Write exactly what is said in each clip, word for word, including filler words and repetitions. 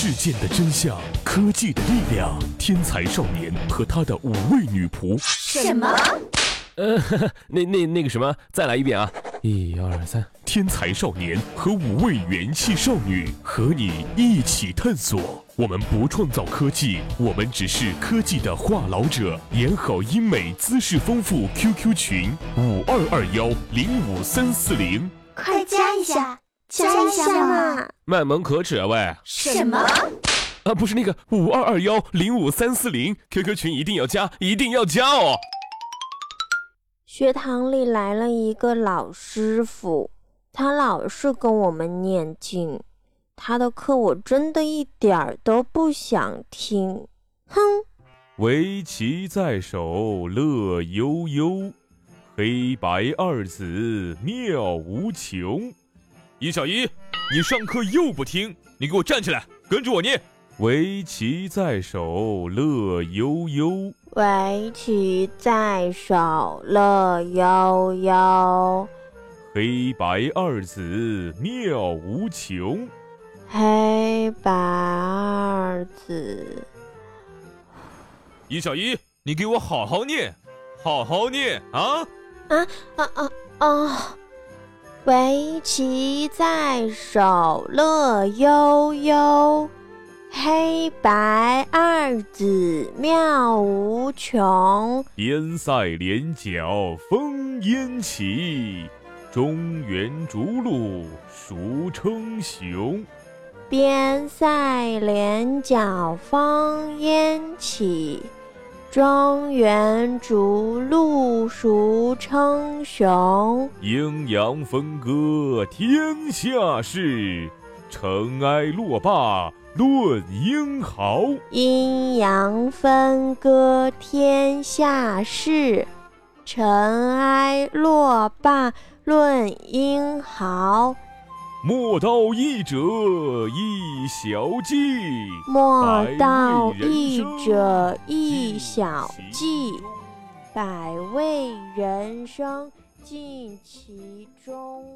事件的真相，科技的力量，天才少年和他的五位女仆。 什么？ 呃，那那那个什么，再来一遍啊！一二三， 天才少年和五位元气少女和你一起探索。我们不创造科技，我们只是科技的话痨者。演好英美，姿势丰富 Q Q 群五二二幺零五三四零， 快加一下，加一下嘛！ 卖萌可耻啊喂！ 什么？ 啊，不是那个五二二幺零五三四零 Q Q 群一定要加，一定要加哦！ 学堂里来了一个老师傅，他老是跟我们念经，他的课我真的一点儿都不想听。哼！ 围棋在手乐悠悠，黑白二字妙无穷。 一小一，你上课又不听，你给我站起来，跟着我念。 围棋在手乐悠悠， 围棋在手乐悠悠， 黑白二字妙无穷。 黑白二字。 一小一，你给我好好念，好好念啊！ 啊啊啊啊！围棋在手乐悠悠，黑白二字妙无穷。 边塞连角风烟起，中原逐鹿孰称雄？ 边塞连角风烟起，中原逐鹿孰称雄？ 阴阳分割天下事，尘埃落罢论英豪。 阴阳分割天下事，尘埃落罢论英豪。 莫道一者一小计， 莫道一者一小计，百味人生尽其中。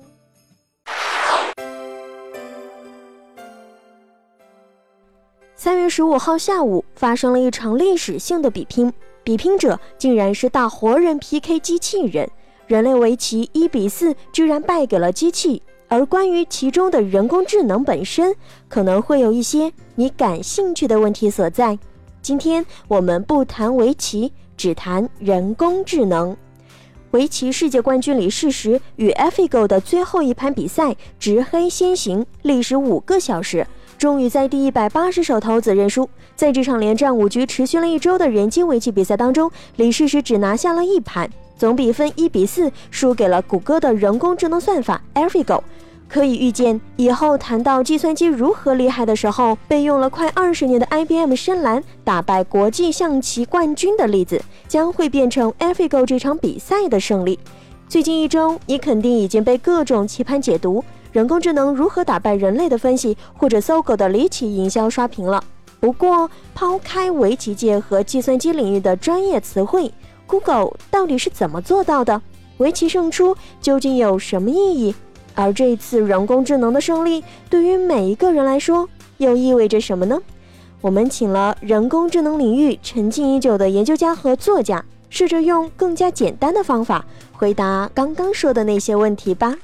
三月十五号下午，发生了一场历史性的比拼，比拼者竟然是大活人 P K 机器人，人类围棋一比四居然败给了机器。而关于其中的人工智能本身，可能会有一些你感兴趣的问题所在。今天我们不谈围棋，只谈人工智能。围棋世界冠军李世石与 AlphaGo 的最后一盘比赛执黑先行，历时五个小时，终于在第一百八十手投子认输。在这场连战五局持续了一周的人机围棋比赛当中，李世石只拿下了一盘，总比分一比四输给了谷歌的人工智能算法 AlphaGo。可以预见，以后谈到计算机如何厉害的时候，被用了快二十年的 I B M 深蓝打败国际象棋冠军的例子，将会变成 AlphaGo 这场比赛的胜利。最近一周，你肯定已经被各种棋盘解读、人工智能如何打败人类的分析，或者搜狗的离奇营销刷屏了。不过，抛开围棋界和计算机领域的专业词汇， Google 到底是怎么做到的？围棋胜出究竟有什么意义？而这一次人工智能的胜利，对于每一个人来说，又意味着什么呢？我们请了人工智能领域沉浸已久的研究家和作家，试着用更加简单的方法回答刚刚说的那些问题吧。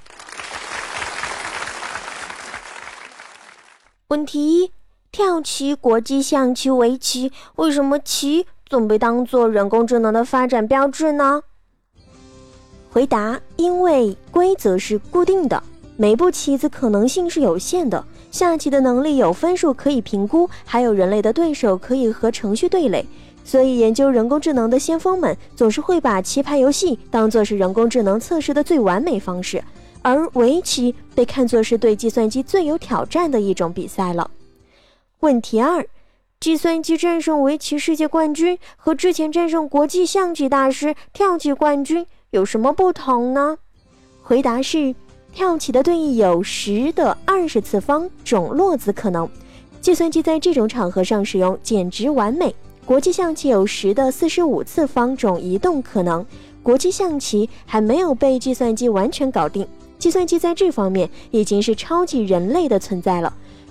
问题一：跳棋、国际象棋、围棋，为什么棋总被当作人工智能的发展标志呢？回答：因为规则是固定的，每步棋子可能性是有限的，下棋的能力有分数可以评估，还有人类的对手可以和程序对垒，所以研究人工智能的先锋们总是会把棋牌游戏当作是人工智能测试的最完美方式，而围棋被看作是对计算机最有挑战的一种比赛了。问题二：计算机战胜围棋世界冠军和之前战胜国际象棋大师、跳棋冠军有什么不同呢？回答是，跳棋的对应有十的二十次方种落子可能，计算机在这种场合上使用简直完美。国际象棋有十的四十五次方种移动可能，国际象棋还没有被计算机完全搞定，计算机在这方面已经是超级人类的存在了。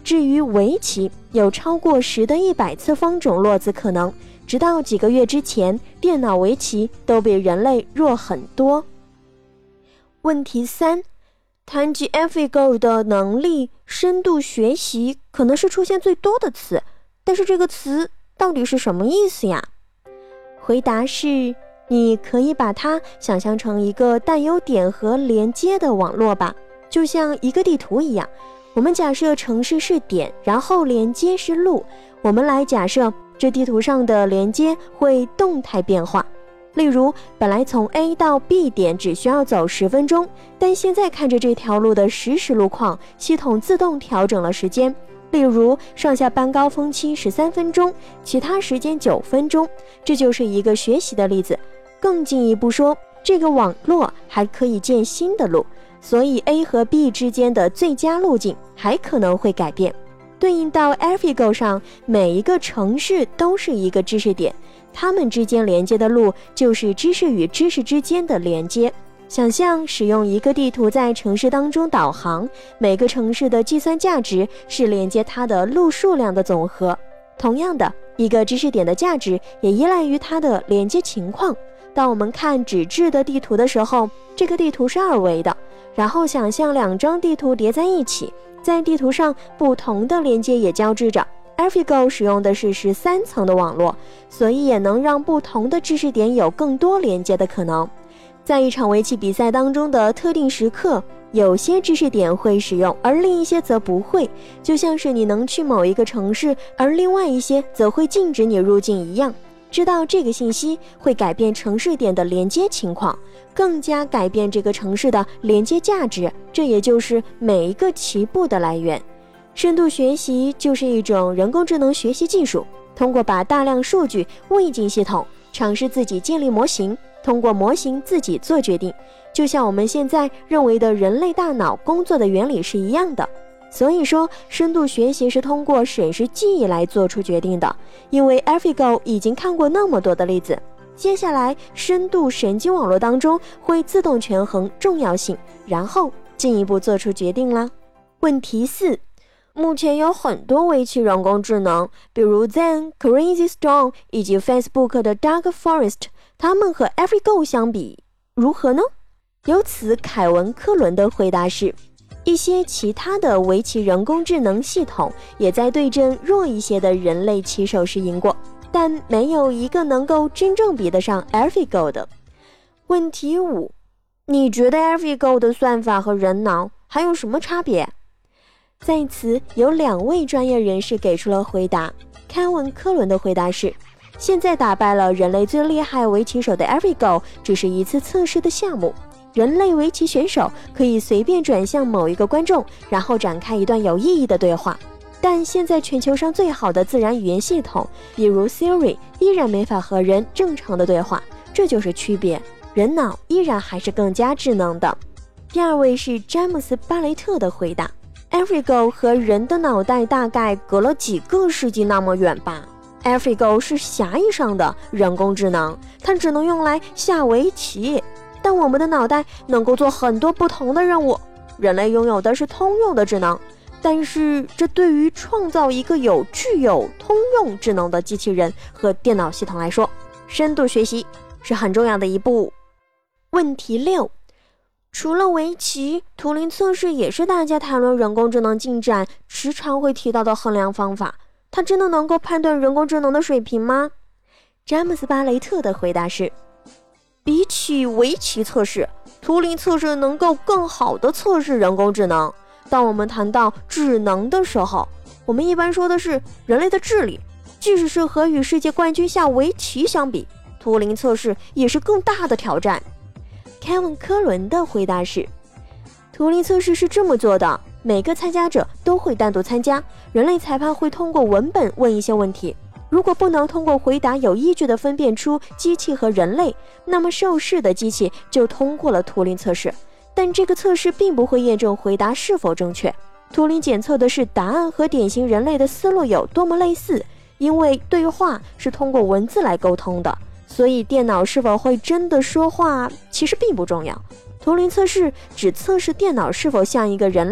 至于围棋，有超过十的一百次方种落子可能，直到几个月之前，电脑围棋都比人类弱很多。问题三，谈及 AlphaGo 的能力，深度学习可能是出现最多的词，但是这个词到底是什么意思呀？回答是，你可以把它想象成一个带有点和连接的网络吧，就像一个地图一样。我们假设城市是点，然后连接是路。我们来假设这地图上的连接会动态变化。例如，本来从 A 到 B 点只需要走十分钟，但现在看着这条路的实时路况，系统自动调整了时间。例如，上下班高峰期十三分钟，其他时间九分钟。这就是一个学习的例子。更进一步说，这个网络还可以建新的路。所以 A 和 B 之间的最佳路径还可能会改变。对应到 AlphaGo 上，每一个城市都是一个知识点，它们之间连接的路就是知识与知识之间的连接。想象使用一个地图在城市当中导航，每个城市的计算价值是连接它的路数量的总和。同样的，一个知识点的价值也依赖于它的连接情况。当我们看纸质的地图的时候，这个地图是二维的。然后想象两张地图叠在一起，在地图上不同的连接也交织着。AlphaGo 使用的是十三层的网络，所以也能让不同的知识点有更多连接的可能。在一场围棋比赛当中的特定时刻，有些知识点会使用，而另一些则不会，就像是你能去某一个城市，而另外一些则会禁止你入境一样。知道这个信息会改变城市点的连接情况，更加改变这个城市的连接价值，这也就是每一个棋步的来源。深度学习就是一种人工智能学习技术，通过把大量数据喂进系统，尝试自己建立模型，通过模型自己做决定，就像我们现在认为的人类大脑工作的原理是一样的。所以说，深度学习是通过审视记忆来做出决定的，因为 AlphaGo 已经看过那么多的例子。接下来，深度神经网络当中会自动权衡重要性，然后进一步做出决定啦。问题四，目前有很多围棋人工智能，比如 Zen、Crazy Storm 以及 Facebook 的 Dark Forest， 它们和 AlphaGo 相比如何呢？由此，凯文·科伦的回答是，一些其他的围棋人工智能系统也在对阵弱一些的人类棋手时赢过，但没有一个能够真正比得上 AlphaGo 的。问题五，你觉得 AlphaGo 的算法和人脑还有什么差别？在此，有两位专业人士给出了回答。凯文·科伦的回答是，现在打败了人类最厉害围棋手的 AlphaGo 只是一次测试的项目。人类围棋选手可以随便转向某一个观众，然后展开一段有意义的对话。但现在全球上最好的自然语言系统，比如 Siri， 依然没法和人正常的对话，这就是区别。人脑依然还是更加智能的。第二位是詹姆斯·巴雷特的回答， AlphaGo 和人的脑袋大概隔了几个世纪那么远吧。AlphaGo 是狭义上的人工智能，它只能用来下围棋。但我们的脑袋能够做很多不同的任务，人类拥有的是通用的智能，但是这对于创造一个有具有通用智能的机器人和电脑系统来说，深度学习是很重要的一步。问题六，除了围棋，图灵测试也是大家谈论人工智能进展时常会提到的衡量方法，它真的能够判断人工智能的水平吗？詹姆斯·巴雷特的回答是，比起围棋测试，图灵测试能够更好地测试人工智能。当我们谈到智能的时候，我们一般说的是人类的智力，即使是和与世界冠军下围棋相比，图灵测试也是更大的挑战。凯文·科伦的回答是，图灵测试是这么做的，每个参加者都会单独参加，人类裁判会通过文本问一些问题，如果不能通过回答有依据地分辨出机器和人类，那么受试的机器就通过了图灵测试。但这个测试并不会验证回答是否正确。图灵检测的是答案和典型人类的思路有多么类似，因为对话是通过文字来沟通的，所以电脑是否会真的说话其实并不重要。图灵测试只测试电脑是否像一个人类，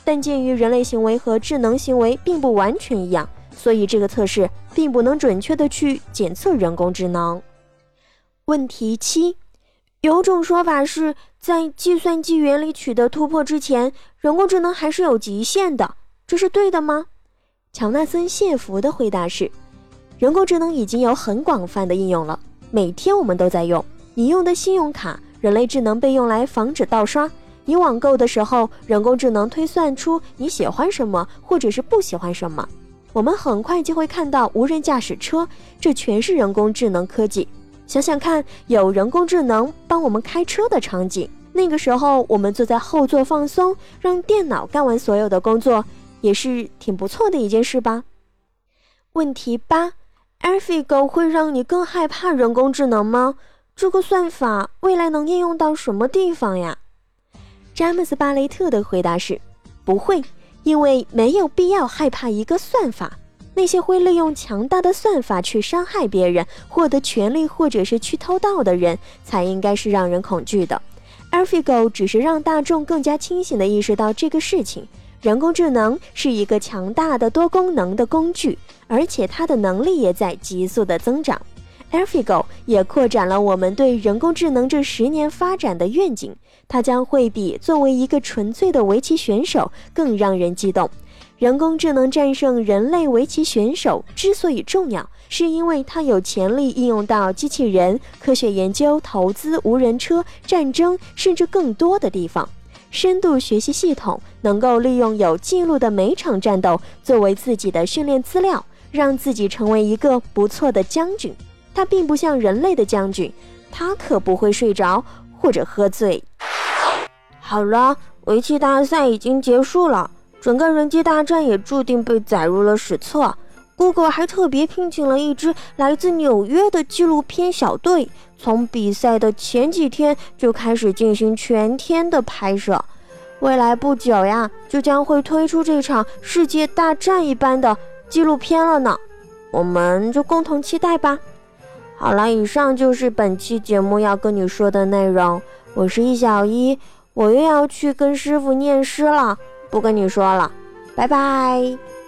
但鉴于人类行为和智能行为并不完全一样，所以这个测试并不能准确地去检测人工智能。问题七，有种说法是在计算机原理取得突破之前，人工智能还是有极限的，这是对的吗？乔纳森·谢弗的回答是，人工智能已经有很广泛的应用了，每天我们都在用。你用的信用卡，人类智能被用来防止盗刷；你网购的时候，人工智能推算出你喜欢什么或者是不喜欢什么。我们很快就会看到无人驾驶车，这全是人工智能科技。想想看，有人工智能帮我们开车的场景，那个时候我们坐在后座放松，让电脑干完所有的工作，也是挺不错的一件事吧。问题八， AlphaGo 会让你更害怕人工智能吗？这个算法未来能应用到什么地方呀？詹姆斯·巴雷特的回答是，不会，因为没有必要害怕一个算法。那些会利用强大的算法去伤害别人、获得权利或者是去偷盗的人，才应该是让人恐惧的。AlphaGo 只是让大众更加清醒地意识到这个事情。人工智能是一个强大的多功能的工具，而且它的能力也在急速的增长。AlphaGo 也扩展了我们对人工智能这十年发展的愿景，它将会比作为一个纯粹的围棋选手更让人激动。人工智能战胜人类围棋选手之所以重要，是因为它有潜力应用到机器人、科学研究、投资、无人车、战争，甚至更多的地方。深度学习系统能够利用有记录的每场战斗作为自己的训练资料，让自己成为一个不错的将军。它并不像人类的将军，它可不会睡着或者喝醉。好了，围棋大赛已经结束了，整个人机大战也注定被载入了史册。Google 还特别聘请了一支来自纽约的纪录片小队，从比赛的前几天就开始进行全天的拍摄。未来不久呀，就将会推出这场世界大战一般的纪录片了呢，我们就共同期待吧。好了，以上就是本期节目要跟你说的内容。我是易小一，我又要去跟师傅念诗了，不跟你说了，拜拜。